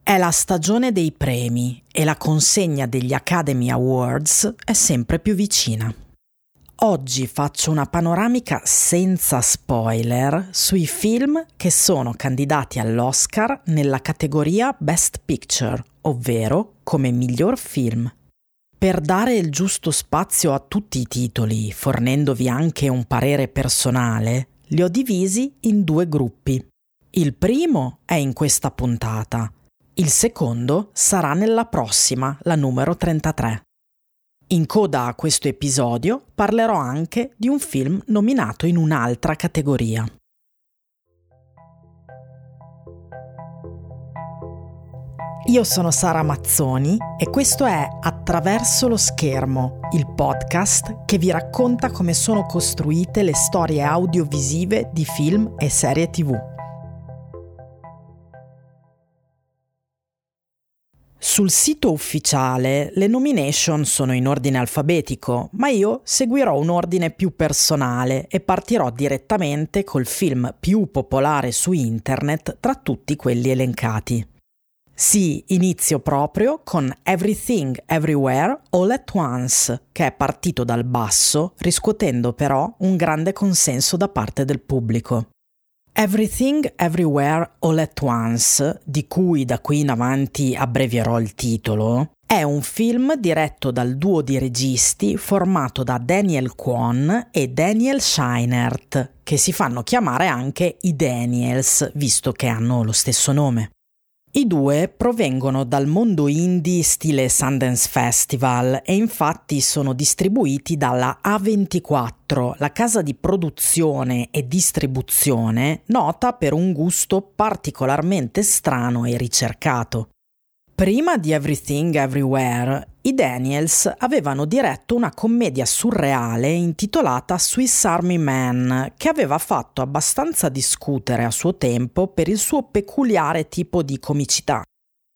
È la stagione dei premi e la consegna degli Academy Awards è sempre più vicina. Oggi faccio una panoramica senza spoiler sui film che sono candidati all'Oscar nella categoria Best Picture, ovvero come miglior film. Per dare il giusto spazio a tutti i titoli, fornendovi anche un parere personale, li ho divisi in due gruppi. Il primo è in questa puntata. Il secondo sarà nella prossima, la numero 33. In coda a questo episodio parlerò anche di un film nominato in un'altra categoria. Io sono Sara Mazzoni e questo è Attraverso lo schermo, il podcast che vi racconta come sono costruite le storie audiovisive di film e serie TV. Sul sito ufficiale le nomination sono in ordine alfabetico, ma io seguirò un ordine più personale e partirò direttamente col film più popolare su internet tra tutti quelli elencati. Sì, inizio proprio con Everything Everywhere All at Once, che è partito dal basso, riscuotendo però un grande consenso da parte del pubblico. Everything Everywhere All at Once, di cui da qui in avanti abbrevierò il titolo, è un film diretto dal duo di registi formato da Daniel Kwan e Daniel Scheinert, che si fanno chiamare anche i Daniels, visto che hanno lo stesso nome. I due provengono dal mondo indie stile Sundance Festival e infatti sono distribuiti dalla A24, la casa di produzione e distribuzione nota per un gusto particolarmente strano e ricercato. Prima di Everything Everywhere, i Daniels avevano diretto una commedia surreale intitolata Swiss Army Man, che aveva fatto abbastanza discutere a suo tempo per il suo peculiare tipo di comicità.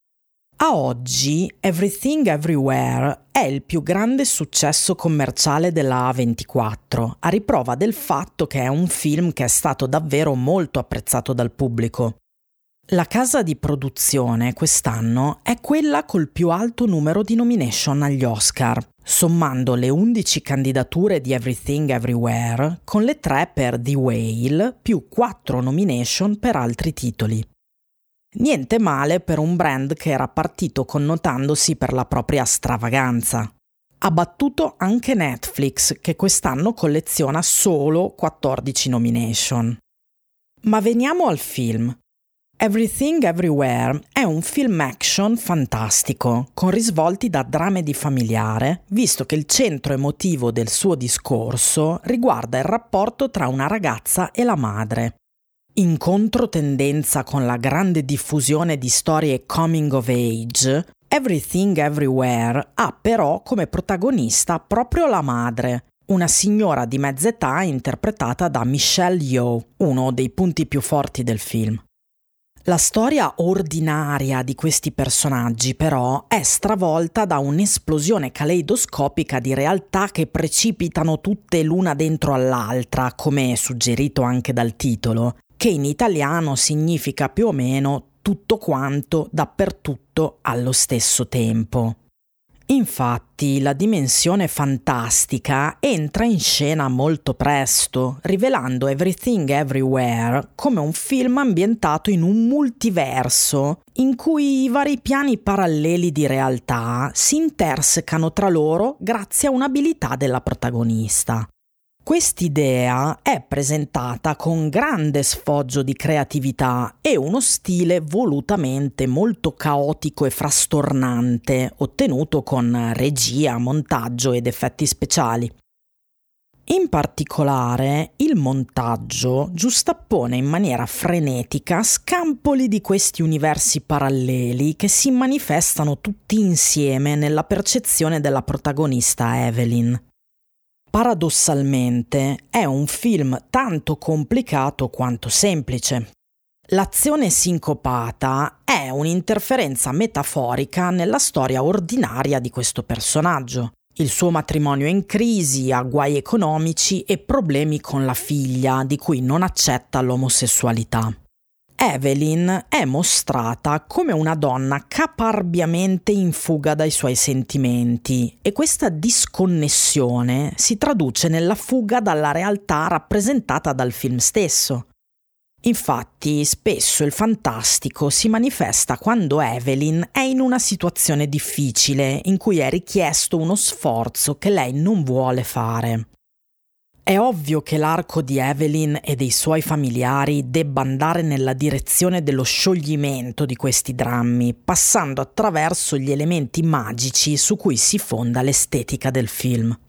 A oggi, Everything Everywhere è il più grande successo commerciale della A24, a riprova del fatto che è un film che è stato davvero molto apprezzato dal pubblico. La casa di produzione quest'anno è quella col più alto numero di nomination agli Oscar, sommando le 11 candidature di Everything Everywhere con le 3 per The Whale più 4 nomination per altri titoli. Niente male per un brand che era partito connotandosi per la propria stravaganza. Ha battuto anche Netflix, che quest'anno colleziona solo 14 nomination. Ma veniamo al film. Everything Everywhere è un film action fantastico, con risvolti da dramedy familiare, visto che il centro emotivo del suo discorso riguarda il rapporto tra una ragazza e la madre. In controtendenza con la grande diffusione di storie coming of age, Everything Everywhere ha però come protagonista proprio la madre, una signora di mezza età interpretata da Michelle Yeoh, uno dei punti più forti del film. La storia ordinaria di questi personaggi, però, è stravolta da un'esplosione caleidoscopica di realtà che precipitano tutte l'una dentro all'altra, come suggerito anche dal titolo, che in italiano significa più o meno tutto quanto, dappertutto, allo stesso tempo. Infatti, la dimensione fantastica entra in scena molto presto, rivelando Everything Everywhere come un film ambientato in un multiverso in cui i vari piani paralleli di realtà si intersecano tra loro grazie a un'abilità della protagonista. Quest'idea è presentata con grande sfoggio di creatività e uno stile volutamente molto caotico e frastornante, ottenuto con regia, montaggio ed effetti speciali. In particolare, il montaggio giustappone in maniera frenetica scampoli di questi universi paralleli che si manifestano tutti insieme nella percezione della protagonista Evelyn. Paradossalmente è un film tanto complicato quanto semplice. L'azione sincopata è un'interferenza metaforica nella storia ordinaria di questo personaggio. Il suo matrimonio è in crisi, ha guai economici e problemi con la figlia, di cui non accetta l'omosessualità. Evelyn è mostrata come una donna caparbiamente in fuga dai suoi sentimenti e questa disconnessione si traduce nella fuga dalla realtà rappresentata dal film stesso. Infatti, spesso il fantastico si manifesta quando Evelyn è in una situazione difficile in cui è richiesto uno sforzo che lei non vuole fare. È ovvio che l'arco di Evelyn e dei suoi familiari debba andare nella direzione dello scioglimento di questi drammi, passando attraverso gli elementi magici su cui si fonda l'estetica del film.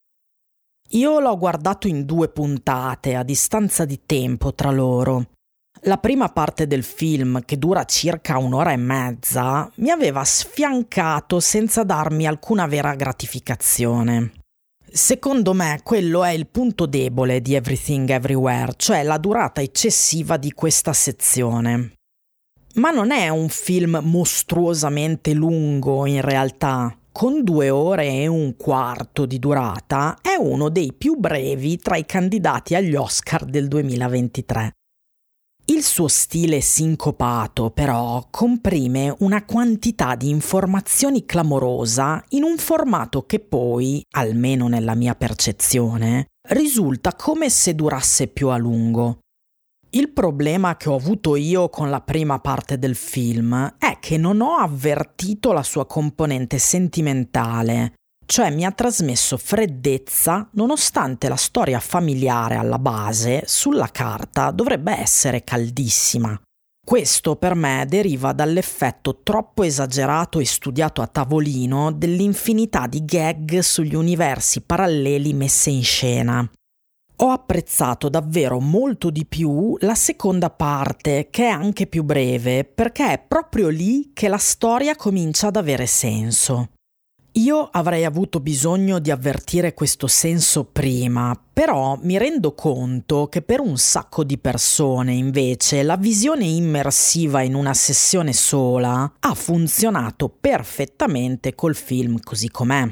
Io l'ho guardato in 2 puntate, a distanza di tempo tra loro. La prima parte del film, che dura circa 1 ora e mezza, mi aveva sfiancato senza darmi alcuna vera gratificazione. Secondo me quello è il punto debole di Everything Everywhere, cioè la durata eccessiva di questa sezione. Ma non è un film mostruosamente lungo in realtà. Con 2 ore e un quarto di durata è uno dei più brevi tra i candidati agli Oscar del 2023. Il suo stile sincopato, però, comprime una quantità di informazioni clamorosa in un formato che poi, almeno nella mia percezione, risulta come se durasse più a lungo. Il problema che ho avuto io con la prima parte del film è che non ho avvertito la sua componente sentimentale, cioè mi ha trasmesso freddezza nonostante la storia familiare alla base, sulla carta, dovrebbe essere caldissima. Questo per me deriva dall'effetto troppo esagerato e studiato a tavolino dell'infinità di gag sugli universi paralleli messe in scena. Ho apprezzato davvero molto di più la seconda parte, che è anche più breve, perché è proprio lì che la storia comincia ad avere senso. Io avrei avuto bisogno di avvertire questo senso prima, però mi rendo conto che per un sacco di persone, invece, la visione immersiva in una sessione sola ha funzionato perfettamente col film così com'è.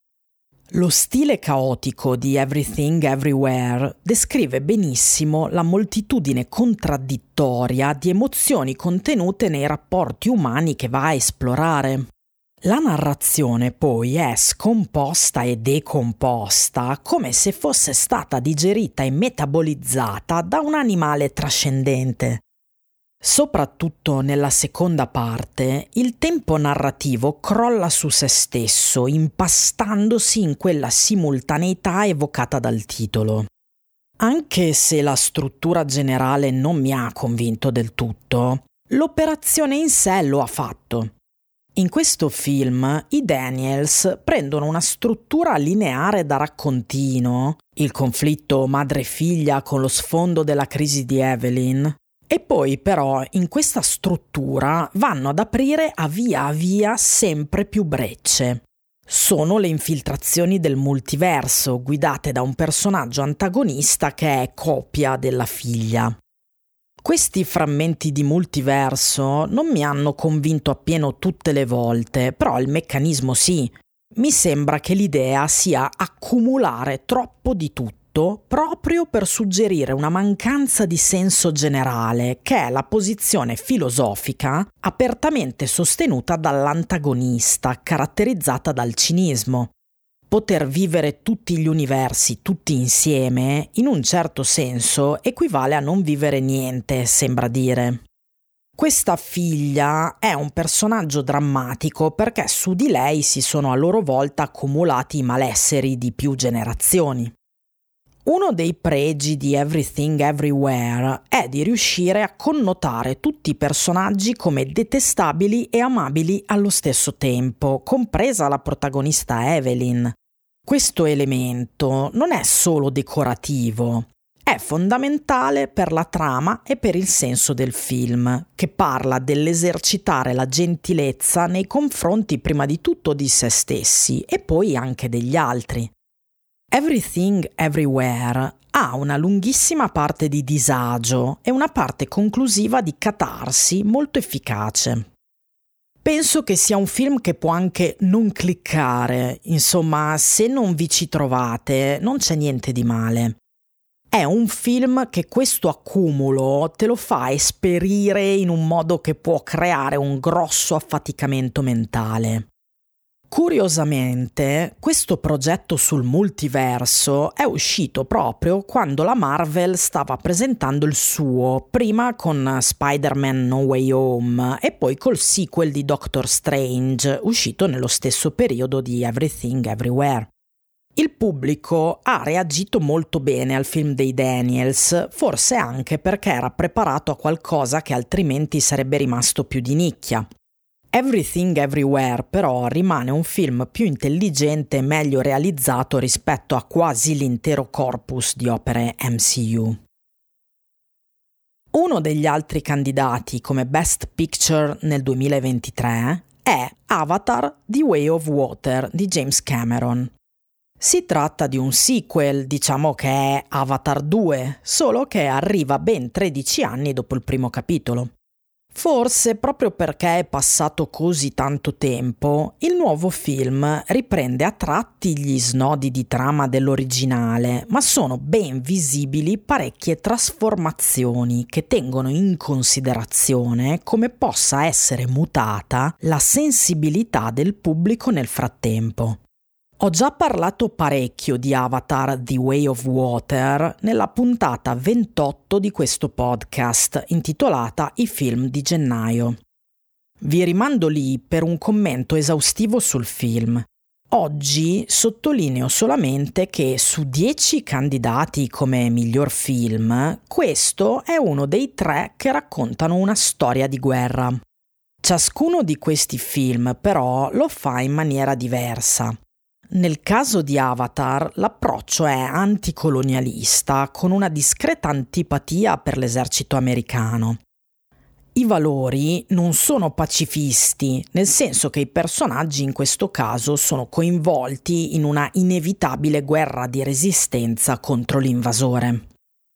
Lo stile caotico di Everything Everywhere descrive benissimo la moltitudine contraddittoria di emozioni contenute nei rapporti umani che va a esplorare. La narrazione poi è scomposta e decomposta come se fosse stata digerita e metabolizzata da un animale trascendente. Soprattutto nella seconda parte, il tempo narrativo crolla su se stesso, impastandosi in quella simultaneità evocata dal titolo. Anche se la struttura generale non mi ha convinto del tutto, l'operazione in sé lo ha fatto. In questo film i Daniels prendono una struttura lineare da raccontino, il conflitto madre-figlia con lo sfondo della crisi di Evelyn, e poi però in questa struttura vanno ad aprire a via sempre più brecce. Sono le infiltrazioni del multiverso guidate da un personaggio antagonista che è copia della figlia. Questi frammenti di multiverso non mi hanno convinto appieno tutte le volte, però il meccanismo sì. Mi sembra che l'idea sia accumulare troppo di tutto proprio per suggerire una mancanza di senso generale, che è la posizione filosofica apertamente sostenuta dall'antagonista, caratterizzata dal cinismo. Poter vivere tutti gli universi tutti insieme, in un certo senso, equivale a non vivere niente, sembra dire. Questa figlia è un personaggio drammatico perché su di lei si sono a loro volta accumulati i malesseri di più generazioni. Uno dei pregi di Everything Everywhere è di riuscire a connotare tutti i personaggi come detestabili e amabili allo stesso tempo, compresa la protagonista Evelyn. Questo elemento non è solo decorativo, è fondamentale per la trama e per il senso del film, che parla dell'esercitare la gentilezza nei confronti prima di tutto di se stessi e poi anche degli altri. Everything Everywhere ha una lunghissima parte di disagio e una parte conclusiva di catarsi molto efficace. Penso che sia un film che può anche non cliccare, insomma, se non vi ci trovate non c'è niente di male. È un film che questo accumulo te lo fa esperire in un modo che può creare un grosso affaticamento mentale. Curiosamente, questo progetto sul multiverso è uscito proprio quando la Marvel stava presentando il suo, prima con Spider-Man No Way Home e poi col sequel di Doctor Strange, uscito nello stesso periodo di Everything Everywhere. Il pubblico ha reagito molto bene al film dei Daniels, forse anche perché era preparato a qualcosa che altrimenti sarebbe rimasto più di nicchia. Everything Everywhere però rimane un film più intelligente e meglio realizzato rispetto a quasi l'intero corpus di opere MCU. Uno degli altri candidati come Best Picture nel 2023 è Avatar: The Way of Water di James Cameron. Si tratta di un sequel, diciamo che è Avatar 2, solo che arriva ben 13 anni dopo il primo capitolo. Forse proprio perché è passato così tanto tempo, il nuovo film riprende a tratti gli snodi di trama dell'originale, ma sono ben visibili parecchie trasformazioni che tengono in considerazione come possa essere mutata la sensibilità del pubblico nel frattempo. Ho già parlato parecchio di Avatar: The Way of Water nella puntata 28 di questo podcast, intitolata I film di gennaio. Vi rimando lì per un commento esaustivo sul film. Oggi sottolineo solamente che su 10 candidati come miglior film, questo è uno dei 3 che raccontano una storia di guerra. Ciascuno di questi film, però, lo fa in maniera diversa. Nel caso di Avatar, l'approccio è anticolonialista, con una discreta antipatia per l'esercito americano. I valori non sono pacifisti, nel senso che i personaggi in questo caso sono coinvolti in una inevitabile guerra di resistenza contro l'invasore.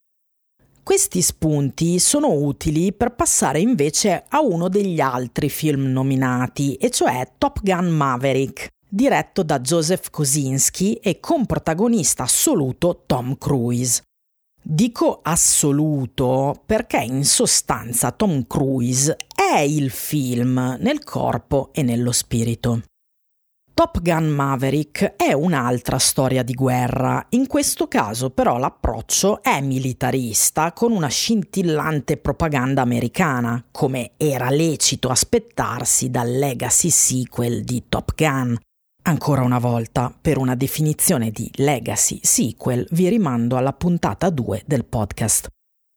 Questi spunti sono utili per passare invece a uno degli altri film nominati, e cioè Top Gun Maverick, diretto da Joseph Kosinski e con protagonista assoluto Tom Cruise. Dico assoluto perché in sostanza Tom Cruise è il film nel corpo e nello spirito. Top Gun Maverick è un'altra storia di guerra, in questo caso però l'approccio è militarista con una scintillante propaganda americana, come era lecito aspettarsi dal legacy sequel di Top Gun. Ancora una volta, per una definizione di legacy sequel vi rimando alla puntata 2 del podcast.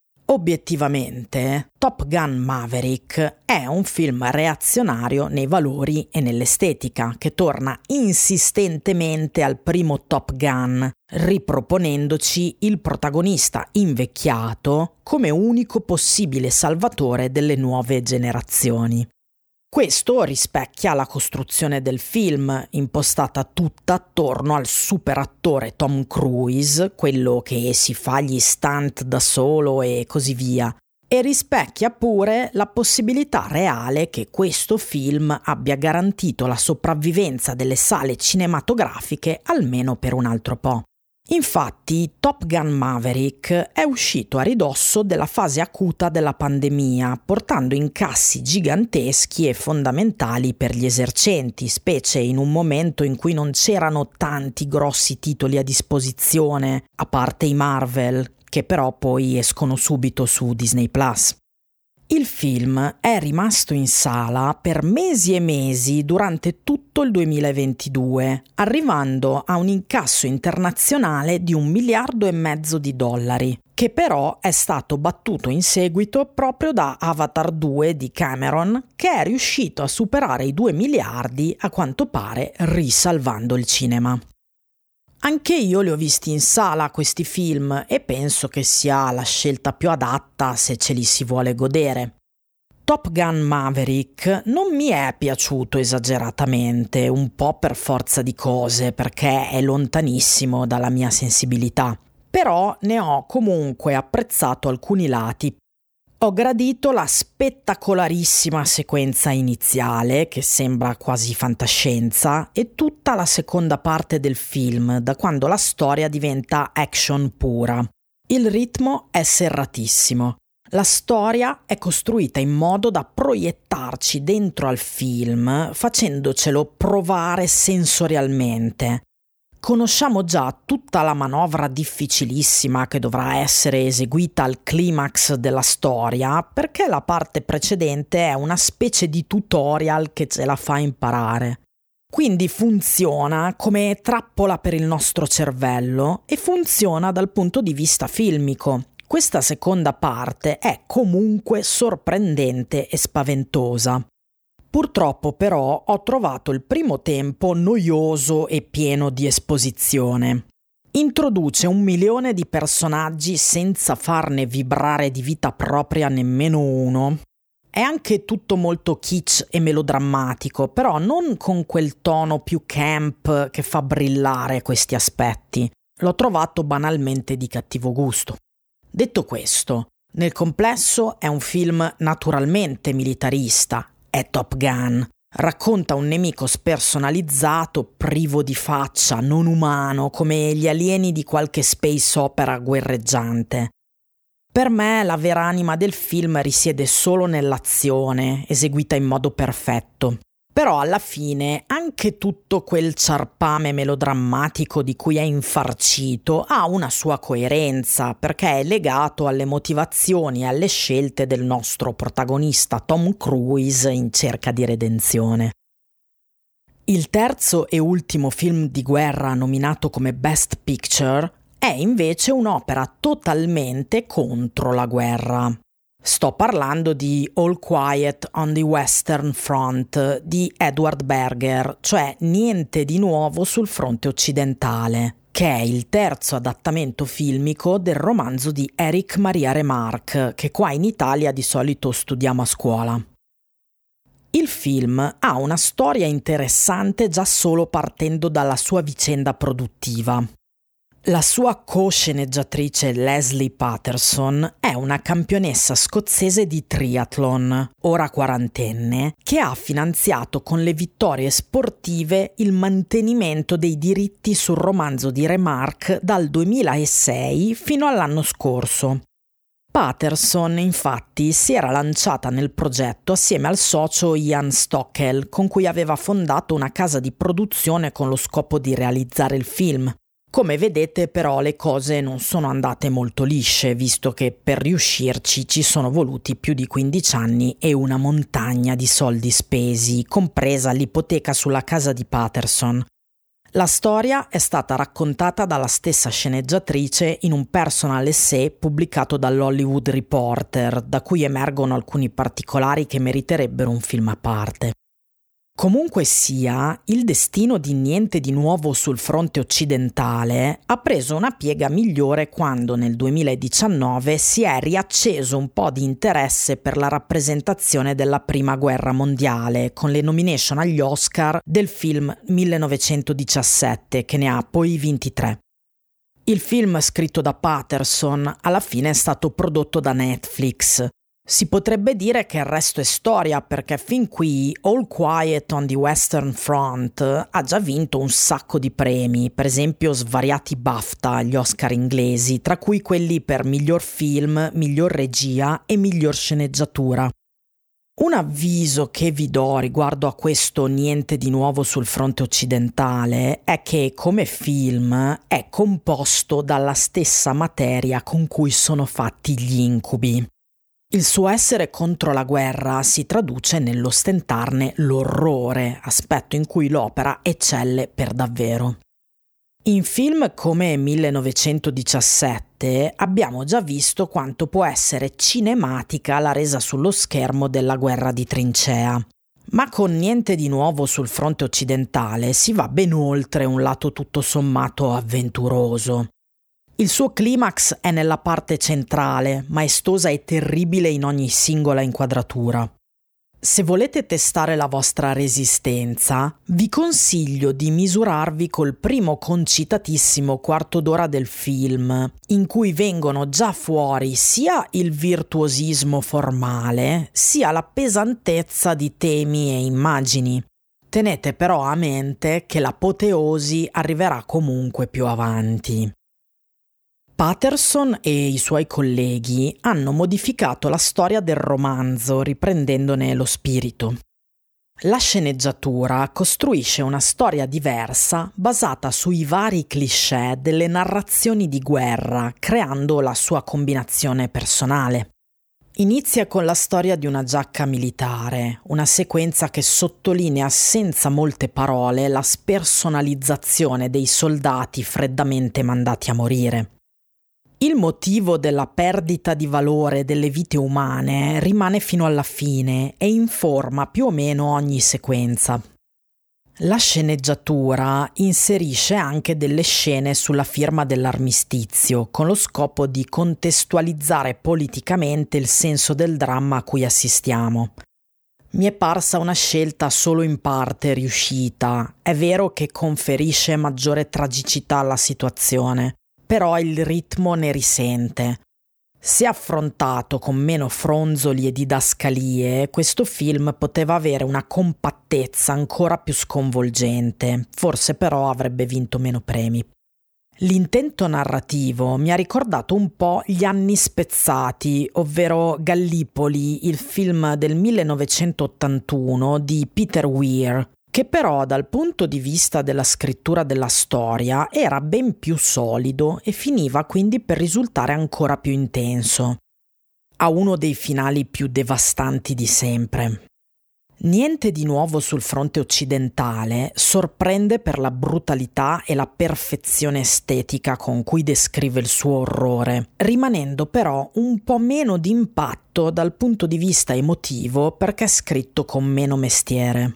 Obiettivamente, Top Gun Maverick è un film reazionario nei valori e nell'estetica, che torna insistentemente al primo Top Gun, riproponendoci il protagonista invecchiato come unico possibile salvatore delle nuove generazioni. Questo rispecchia la costruzione del film, impostata tutta attorno al superattore Tom Cruise, quello che si fa gli stunt da solo e così via, e rispecchia pure la possibilità reale che questo film abbia garantito la sopravvivenza delle sale cinematografiche almeno per un altro po'. Infatti, Top Gun Maverick è uscito a ridosso della fase acuta della pandemia, portando incassi giganteschi e fondamentali per gli esercenti, specie in un momento in cui non c'erano tanti grossi titoli a disposizione, a parte i Marvel, che però poi escono subito su Disney+. Il film è rimasto in sala per mesi e mesi durante tutto il 2022, arrivando a un incasso internazionale di $1,5 miliardi, che però è stato battuto in seguito proprio da Avatar 2 di Cameron, che è riuscito a superare i 2 miliardi, a quanto pare risalvando il cinema. Anche io li ho visti in sala questi film e penso che sia la scelta più adatta se ce li si vuole godere. Top Gun Maverick non mi è piaciuto esageratamente, un po' per forza di cose, perché è lontanissimo dalla mia sensibilità, però ne ho comunque apprezzato alcuni lati. Ho gradito la spettacolarissima sequenza iniziale, che sembra quasi fantascienza, e tutta la seconda parte del film, da quando la storia diventa action pura. Il ritmo è serratissimo. La storia è costruita in modo da proiettarci dentro al film, facendocelo provare sensorialmente. Conosciamo già tutta la manovra difficilissima che dovrà essere eseguita al climax della storia, perché la parte precedente è una specie di tutorial che ce la fa imparare. Quindi funziona come trappola per il nostro cervello e funziona dal punto di vista filmico. Questa seconda parte è comunque sorprendente e spaventosa. Purtroppo però ho trovato il primo tempo noioso e pieno di esposizione. Introduce 1 milione di personaggi senza farne vibrare di vita propria nemmeno uno. È anche tutto molto kitsch e melodrammatico, però non con quel tono più camp che fa brillare questi aspetti. L'ho trovato banalmente di cattivo gusto. Detto questo, nel complesso è un film naturalmente militarista, è Top Gun. Racconta un nemico spersonalizzato, privo di faccia, non umano, come gli alieni di qualche space opera guerreggiante. Per me la vera anima del film risiede solo nell'azione, eseguita in modo perfetto. Però alla fine anche tutto quel ciarpame melodrammatico di cui è infarcito ha una sua coerenza, perché è legato alle motivazioni e alle scelte del nostro protagonista Tom Cruise in cerca di redenzione. Il terzo e ultimo film di guerra nominato come Best Picture è invece un'opera totalmente contro la guerra. Sto parlando di All Quiet on the Western Front di Edward Berger, cioè Niente di nuovo sul fronte occidentale, che è il terzo adattamento filmico del romanzo di Erich Maria Remarque, che qua in Italia di solito studiamo a scuola. Il film ha una storia interessante già solo partendo dalla sua vicenda produttiva. La sua co-sceneggiatrice Leslie Patterson è una campionessa scozzese di triathlon, ora quarantenne, che ha finanziato con le vittorie sportive il mantenimento dei diritti sul romanzo di Remarque dal 2006 fino all'anno scorso. Patterson, infatti, si era lanciata nel progetto assieme al socio Ian Stockel, con cui aveva fondato una casa di produzione con lo scopo di realizzare il film. Come vedete però le cose non sono andate molto lisce, visto che per riuscirci ci sono voluti più di 15 anni e una montagna di soldi spesi, compresa l'ipoteca sulla casa di Patterson. La storia è stata raccontata dalla stessa sceneggiatrice in un personal essay pubblicato dall'Hollywood Reporter, da cui emergono alcuni particolari che meriterebbero un film a parte. Comunque sia, il destino di Niente di nuovo sul fronte occidentale ha preso una piega migliore quando nel 2019 si è riacceso un po' di interesse per la rappresentazione della Prima Guerra Mondiale, con le nomination agli Oscar del film 1917, che ne ha poi 23. Il film, scritto da Patterson, alla fine è stato prodotto da Netflix. Si potrebbe dire che il resto è storia, perché fin qui All Quiet on the Western Front ha già vinto un sacco di premi, per esempio svariati BAFTA, gli Oscar inglesi, tra cui quelli per miglior film, miglior regia e miglior sceneggiatura. Un avviso che vi do riguardo a questo Niente di nuovo sul fronte occidentale è che come film è composto dalla stessa materia con cui sono fatti gli incubi. Il suo essere contro la guerra si traduce nell'ostentarne l'orrore, aspetto in cui l'opera eccelle per davvero. In film come 1917 abbiamo già visto quanto può essere cinematica la resa sullo schermo della guerra di trincea. Ma con Niente di nuovo sul fronte occidentale si va ben oltre un lato tutto sommato avventuroso. Il suo climax è nella parte centrale, maestosa e terribile in ogni singola inquadratura. Se volete testare la vostra resistenza, vi consiglio di misurarvi col primo concitatissimo quarto d'ora del film, in cui vengono già fuori sia il virtuosismo formale, sia la pesantezza di temi e immagini. Tenete però a mente che l'apoteosi arriverà comunque più avanti. Patterson e i suoi colleghi hanno modificato la storia del romanzo riprendendone lo spirito. La sceneggiatura costruisce una storia diversa basata sui vari cliché delle narrazioni di guerra, creando la sua combinazione personale. Inizia con la storia di una giacca militare, una sequenza che sottolinea senza molte parole la spersonalizzazione dei soldati freddamente mandati a morire. Il motivo della perdita di valore delle vite umane rimane fino alla fine e informa più o meno ogni sequenza. La sceneggiatura inserisce anche delle scene sulla firma dell'armistizio, con lo scopo di contestualizzare politicamente il senso del dramma a cui assistiamo. Mi è parsa una scelta solo in parte riuscita. È vero che conferisce maggiore tragicità alla situazione, però il ritmo ne risente. Se affrontato con meno fronzoli e didascalie, questo film poteva avere una compattezza ancora più sconvolgente, forse però avrebbe vinto meno premi. L'intento narrativo mi ha ricordato un po' Gli anni spezzati, ovvero Gallipoli, il film del 1981 di Peter Weir, che però dal punto di vista della scrittura della storia era ben più solido e finiva quindi per risultare ancora più intenso. Ha uno dei finali più devastanti di sempre. Niente di nuovo sul fronte occidentale, sorprende per la brutalità e la perfezione estetica con cui descrive il suo orrore, rimanendo però un po' meno d'impatto dal punto di vista emotivo perché è scritto con meno mestiere.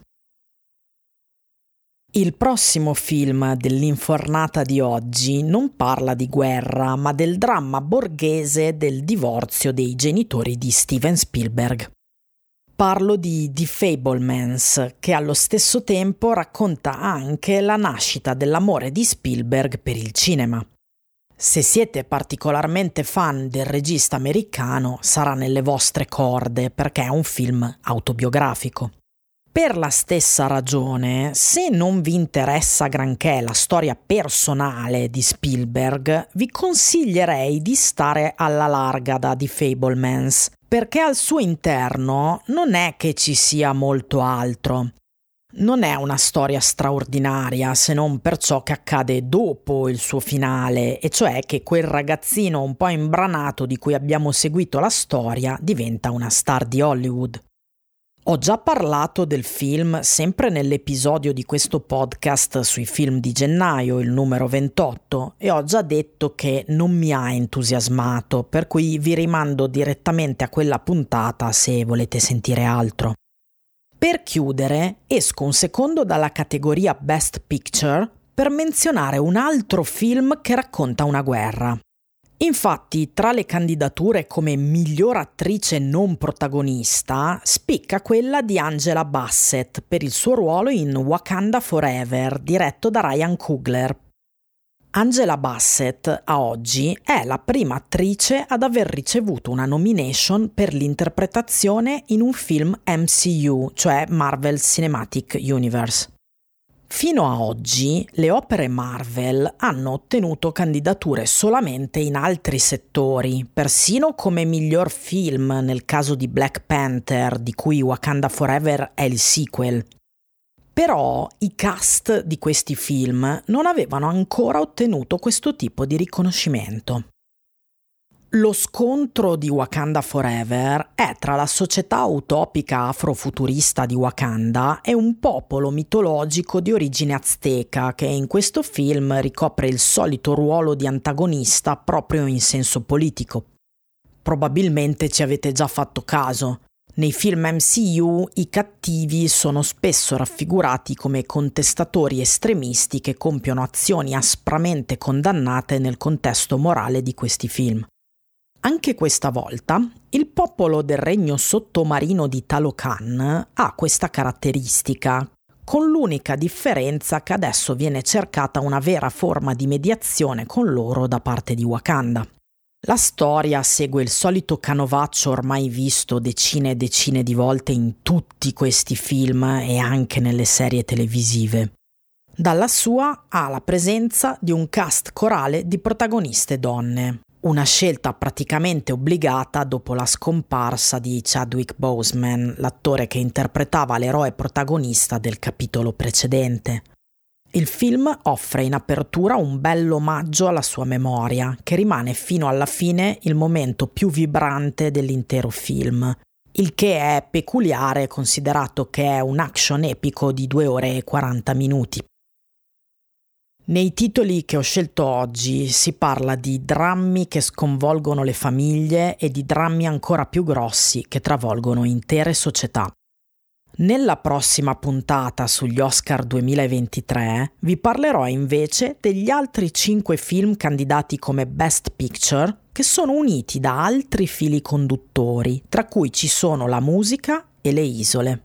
Il prossimo film dell'infornata di oggi non parla di guerra, ma del dramma borghese del divorzio dei genitori di Steven Spielberg. Parlo di The Fabelmans, che allo stesso tempo racconta anche la nascita dell'amore di Spielberg per il cinema. Se siete particolarmente fan del regista americano, sarà nelle vostre corde perché è un film autobiografico. Per la stessa ragione, se non vi interessa granché la storia personale di Spielberg, vi consiglierei di stare alla larga da The Fabelmans, perché al suo interno non è che ci sia molto altro. Non è una storia straordinaria se non per ciò che accade dopo il suo finale, e cioè che quel ragazzino un po' imbranato di cui abbiamo seguito la storia diventa una star di Hollywood. Ho già parlato del film sempre nell'episodio di questo podcast sui film di gennaio, il numero 28, e ho già detto che non mi ha entusiasmato, per cui vi rimando direttamente a quella puntata se volete sentire altro. Per chiudere, esco un secondo dalla categoria Best Picture per menzionare un altro film che racconta una guerra. Infatti, tra le candidature come miglior attrice non protagonista, spicca quella di Angela Bassett per il suo ruolo in Wakanda Forever, diretto da Ryan Coogler. Angela Bassett, a oggi, è la prima attrice ad aver ricevuto una nomination per l'interpretazione in un film MCU, cioè Marvel Cinematic Universe. Fino a oggi le opere Marvel hanno ottenuto candidature solamente in altri settori, persino come miglior film nel caso di Black Panther, di cui Wakanda Forever è il sequel. Però i cast di questi film non avevano ancora ottenuto questo tipo di riconoscimento. Lo scontro di Wakanda Forever è tra la società utopica afrofuturista di Wakanda e un popolo mitologico di origine azteca che in questo film ricopre il solito ruolo di antagonista proprio in senso politico. Probabilmente ci avete già fatto caso. Nei film MCU i cattivi sono spesso raffigurati come contestatori estremisti che compiono azioni aspramente condannate nel contesto morale di questi film. Anche questa volta, il popolo del regno sottomarino di Talokan ha questa caratteristica, con l'unica differenza che adesso viene cercata una vera forma di mediazione con loro da parte di Wakanda. La storia segue il solito canovaccio ormai visto decine e decine di volte in tutti questi film e anche nelle serie televisive. Dalla sua ha la presenza di un cast corale di protagoniste donne. Una scelta praticamente obbligata dopo la scomparsa di Chadwick Boseman, l'attore che interpretava l'eroe protagonista del capitolo precedente. Il film offre in apertura un bello omaggio alla sua memoria, che rimane fino alla fine il momento più vibrante dell'intero film, il che è peculiare considerato che è un action epico di 2 ore e 40 minuti. Nei titoli che ho scelto oggi si parla di drammi che sconvolgono le famiglie e di drammi ancora più grossi che travolgono intere società. Nella prossima puntata sugli Oscar 2023 vi parlerò invece degli altri 5 film candidati come Best Picture che sono uniti da altri fili conduttori, tra cui ci sono la musica e le isole.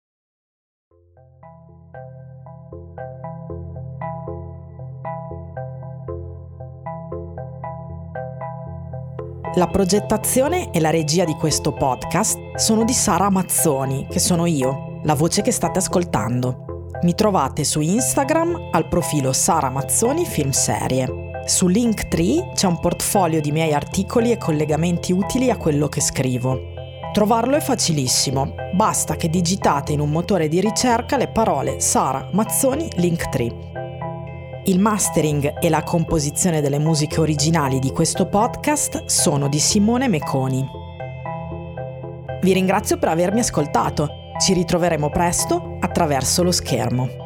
La progettazione e la regia di questo podcast sono di Sara Mazzoni, che sono io, la voce che state ascoltando. Mi trovate su Instagram al profilo Sara Mazzoni Film Serie. Su Linktree c'è un portfolio di miei articoli e collegamenti utili a quello che scrivo. Trovarlo è facilissimo, basta che digitate in un motore di ricerca le parole Sara Mazzoni Linktree. Il mastering e la composizione delle musiche originali di questo podcast sono di Simone Meconi. Vi ringrazio per avermi ascoltato. Ci ritroveremo presto attraverso lo schermo.